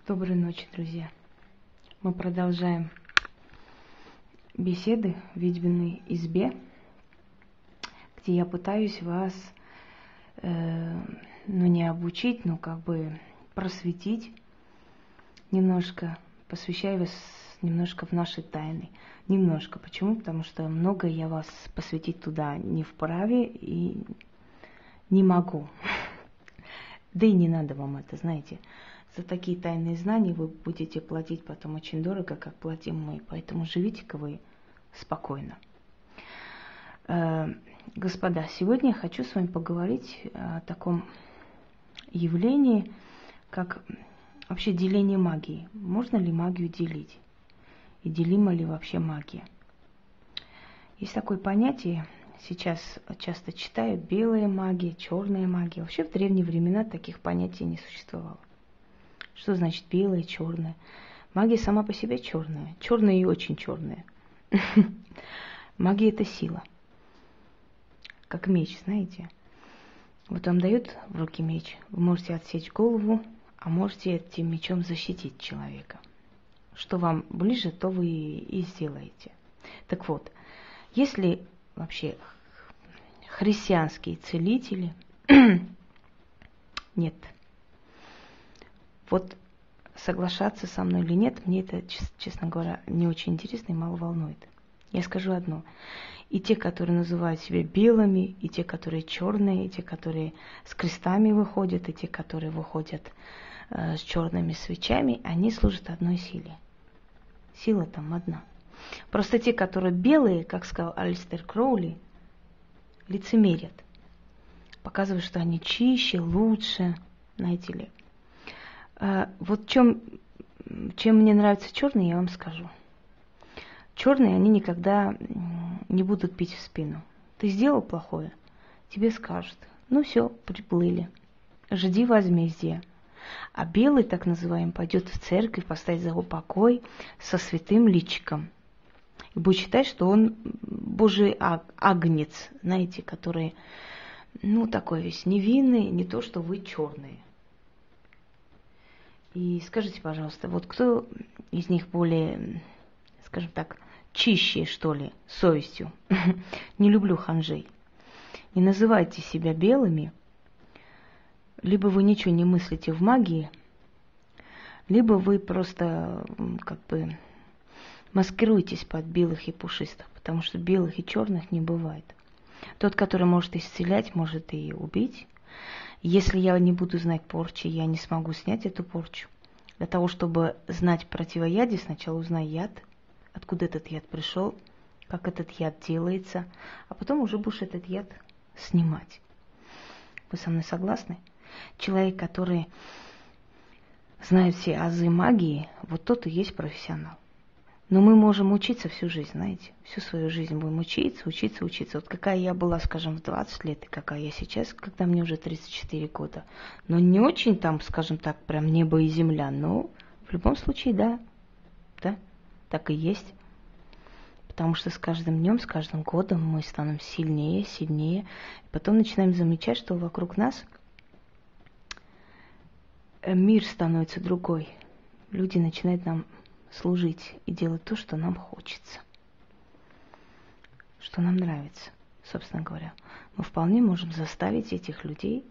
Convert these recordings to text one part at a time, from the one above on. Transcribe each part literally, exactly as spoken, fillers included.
Доброй ночи, друзья. Мы продолжаем беседы в ведьминой избе, где я пытаюсь вас, э, ну не обучить, но как бы просветить немножко, посвящаю вас немножко в наши тайны. Немножко. Почему? Потому что много я вас посвятить туда не вправе и не могу. Да и не надо вам это, знаете. За такие тайные знания вы будете платить потом очень дорого, как платим мы. Поэтому живите-ка вы спокойно. Господа, сегодня я хочу с вами поговорить о таком явлении, как вообще деление магии. Можно ли магию делить? И делима ли вообще магия? Есть такое понятие, сейчас часто читают, белая магия, черная магия. Вообще в древние времена таких понятий не существовало. Что значит белое, черное? Магия сама по себе черная. Черная и очень черная. Магия – это сила. Как меч, знаете. Вот вам дают в руки меч. Вы можете отсечь голову, а можете этим мечом защитить человека. Что вам ближе, то вы и сделаете. Так вот, если вообще христианские целители... Нет. Вот соглашаться со мной или нет, мне это, честно говоря, не очень интересно и мало волнует. Я скажу одно. И те, которые называют себя белыми, и те, которые черные, и те, которые с крестами выходят, и те, которые выходят э, с черными свечами, они служат одной силе. Сила там одна. Просто те, которые белые, как сказал Алистер Кроули, лицемерят. Показывают, что они чище, лучше, знаете ли. Вот чем, чем мне нравятся черные, я вам скажу. Черные, они никогда не будут пить в спину. Ты сделал плохое, тебе скажут. Ну все, приплыли. Жди возмездия. А белый, так называемый, пойдет в церковь, поставить за упокой со святым личиком. И будет считать, что он Божий агнец, знаете, который, ну, такой весь невинный, не то, что вы черные. И скажите, пожалуйста, вот кто из них более, скажем так, чище, что ли, совестью? Не люблю ханжей. Не называйте себя белыми, либо вы ничего не мыслите в магии, либо вы просто как бы маскируетесь под белых и пушистых, потому что белых и черных не бывает. Тот, который может исцелять, может и убить. Если я не буду знать порчи, я не смогу снять эту порчу. Для того, чтобы знать противоядие, сначала узнай яд, откуда этот яд пришел, как этот яд делается, а потом уже будешь этот яд снимать. Вы со мной согласны? Человек, который знает все азы магии, вот тот и есть профессионал. Но мы можем учиться всю жизнь, знаете. Всю свою жизнь будем учиться, учиться, учиться. Вот какая я была, скажем, в двадцать лет, и какая я сейчас, когда мне уже тридцать четыре года. Но не очень там, скажем так, прям небо и земля. Но в любом случае, да. Да, так и есть. Потому что с каждым днем, с каждым годом мы становимся сильнее, сильнее. И потом начинаем замечать, что вокруг нас мир становится другой. Люди начинают нам служить и делать то, что нам хочется, что нам нравится, собственно говоря. Мы вполне можем заставить этих людей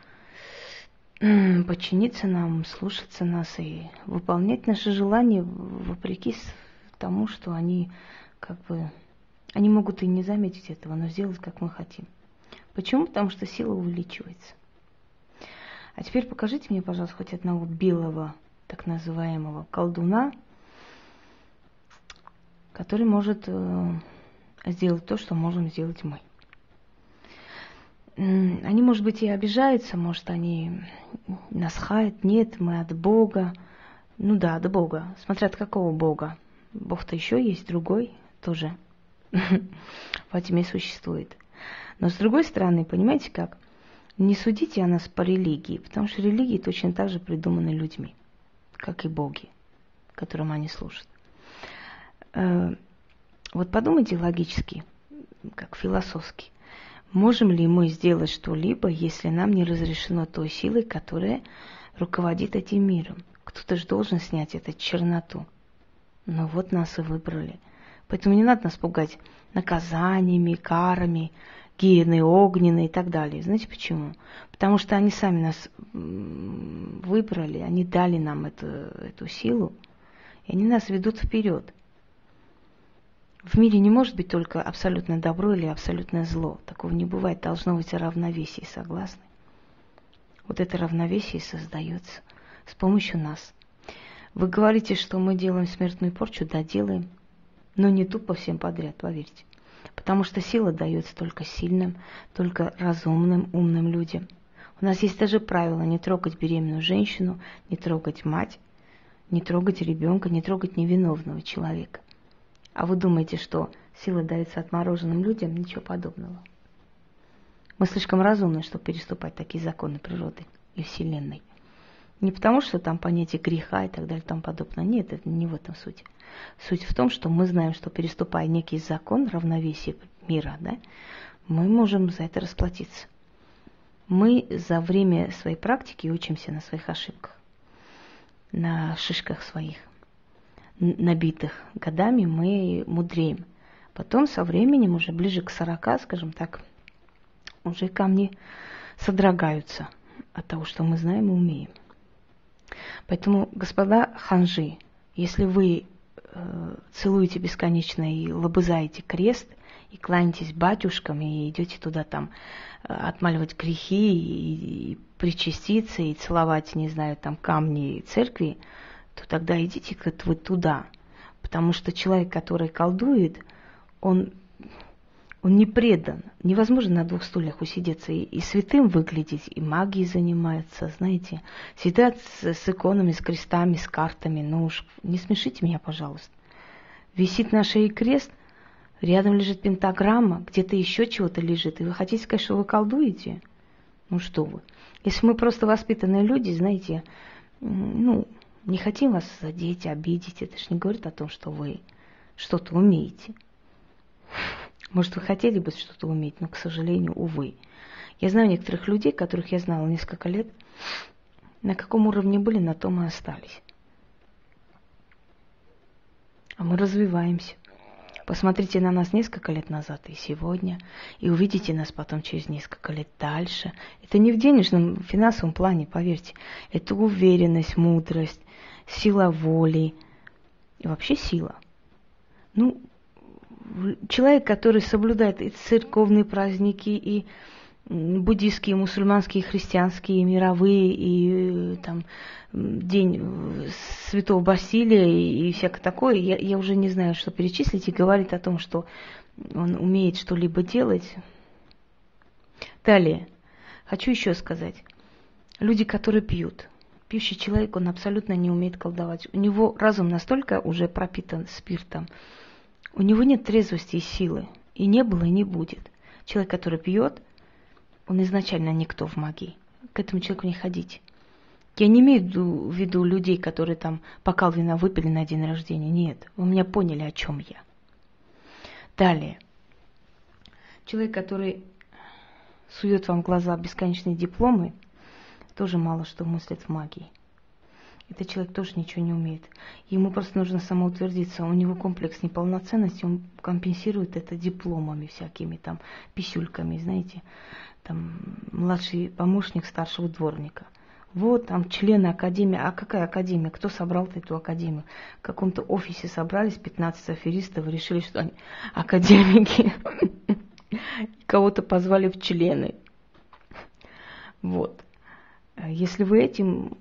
подчиниться нам, слушаться нас и выполнять наши желания вопреки тому, что они как бы, они могут и не заметить этого, но сделать, как мы хотим. Почему? Потому что сила увеличивается. А теперь покажите мне, пожалуйста, хоть одного белого, так называемого колдуна, который может э, сделать то, что можем сделать мы. Они, может быть, и обижаются, может, они нас хаят. Нет, мы от Бога. Ну да, от Бога. Смотря от какого Бога. Бог-то еще есть, другой тоже во тьме существует. Но с другой стороны, понимаете как? Не судите о нас по религии, потому что религии точно так же придуманы людьми, как и боги, которым они служат. Вот подумайте логически, как философски. Можем ли мы сделать что-либо, если нам не разрешено той силой, которая руководит этим миром? Кто-то же должен снять эту черноту. Но вот нас и выбрали. Поэтому не надо нас пугать наказаниями, карами, гиены огненные и так далее. Знаете почему? Потому что они сами нас выбрали, они дали нам эту, эту силу, и они нас ведут вперед. В мире не может быть только абсолютное добро или абсолютное зло. Такого не бывает. Должно быть равновесие, согласны? Вот это равновесие создается с помощью нас. Вы говорите, что мы делаем смертную порчу, да, делаем, но не тупо всем подряд, поверьте. Потому что сила дается только сильным, только разумным, умным людям. У нас есть даже правило не трогать беременную женщину, не трогать мать, не трогать ребенка, не трогать невиновного человека. А вы думаете, что сила дается отмороженным людям? Ничего подобного. Мы слишком разумны, чтобы переступать такие законы природы и Вселенной. Не потому, что там понятие греха и так далее и тому подобное. Нет, это не в этом суть. Суть в том, что мы знаем, что переступая некий закон равновесия мира, да, мы можем за это расплатиться. Мы за время своей практики учимся на своих ошибках, на шишках своих, набитых годами мы мудреем. Потом со временем, уже ближе к сорока, скажем так, уже камни содрогаются от того, что мы знаем и умеем. Поэтому, господа ханжи, если вы э, целуете бесконечно и лобызаете крест, и кланяетесь батюшкам, и идете туда там э, отмаливать грехи, и, и причаститься, и целовать, не знаю, там камни и церкви, то тогда идите-ка вы туда. Потому что человек, который колдует, он, он не предан. Невозможно на двух стульях усидеться и, и святым выглядеть, и магией занимается, знаете. Сидят с, с иконами, с крестами, с картами. Ну уж не смешите меня, пожалуйста. Висит на шее крест, рядом лежит пентаграмма, где-то еще чего-то лежит. И вы хотите сказать, что вы колдуете? Ну что вы. Если мы просто воспитанные люди, знаете, ну... не хотим вас задеть, обидеть. Это же не говорит о том, что вы что-то умеете. Может, вы хотели бы что-то уметь, но, к сожалению, увы. Я знаю некоторых людей, которых я знала несколько лет, на каком уровне были, на том и остались. А мы развиваемся. Посмотрите на нас несколько лет назад и сегодня, и увидите нас потом через несколько лет дальше. Это не в денежном, финансовом плане, поверьте. Это уверенность, мудрость, сила воли и вообще сила. Ну, человек, который соблюдает и церковные праздники, и буддийские, мусульманские, христианские, мировые, и там день Святого Басилия и, и всякое такое, я, я уже не знаю, что перечислить, и говорит о том, что он умеет что-либо делать. Далее, хочу еще сказать. Люди, которые пьют. Пьющий человек, он абсолютно не умеет колдовать. У него разум настолько уже пропитан спиртом. У него нет трезвости и силы. И не было, и не будет. Человек, который пьет, он изначально никто в магии. К этому человеку не ходите. Я не имею в виду людей, которые там бокал вина выпили на день рождения. Нет, вы меня поняли, о чем я. Далее. Человек, который сует вам в глаза бесконечные дипломы, тоже мало что мыслит в магии. Этот человек тоже ничего не умеет. Ему просто нужно самоутвердиться. У него комплекс неполноценности, он компенсирует это дипломами всякими, там, писюльками, знаете, там, младший помощник старшего дворника. Вот там члены академии. А какая академия? Кто собрал эту академию? В каком-то офисе собрались пятнадцать аферистов и решили, что они академики. Кого-то позвали в члены. Вот. Если вы этим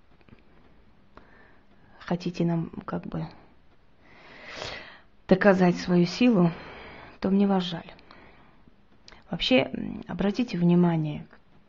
хотите нам как бы доказать свою силу, то мне вас жаль. Вообще, обратите внимание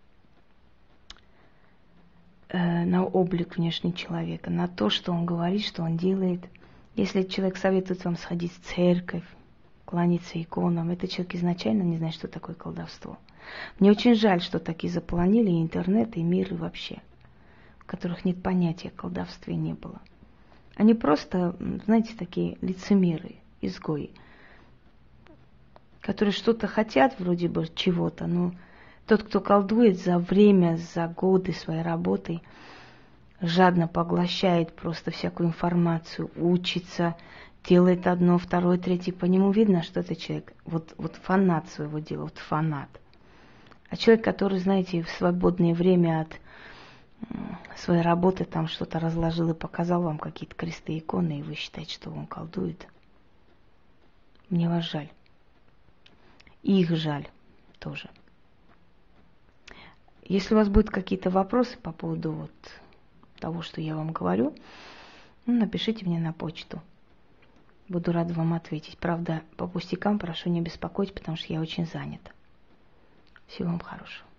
э, на облик внешний человека, на то, что он говорит, что он делает. Если человек советует вам сходить в церковь, кланяться иконам, этот человек изначально не знает, что такое колдовство. Мне очень жаль, что такие заполонили и интернет, и мир, и вообще, в которых нет понятия о колдовстве не было. Они просто, знаете, такие лицемеры, изгои. которые что-то хотят вроде бы чего-то, но тот, кто колдует за время, за годы своей работы, жадно поглощает просто всякую информацию, учится, делает одно, второе, третье. По нему видно, что это человек, вот, вот фанат своего дела, вот фанат. А человек, который, знаете, в свободное время от своей работы там что-то разложил и показал вам какие-то кресты, иконы, и вы считаете, что он колдует. Мне вас жаль. И их жаль тоже. Если у вас будут какие-то вопросы по поводу вот того, что я вам говорю, ну, напишите мне на почту. Буду рада вам ответить. Правда, по пустякам прошу не беспокоить, потому что я очень занята. Всего вам хорошего.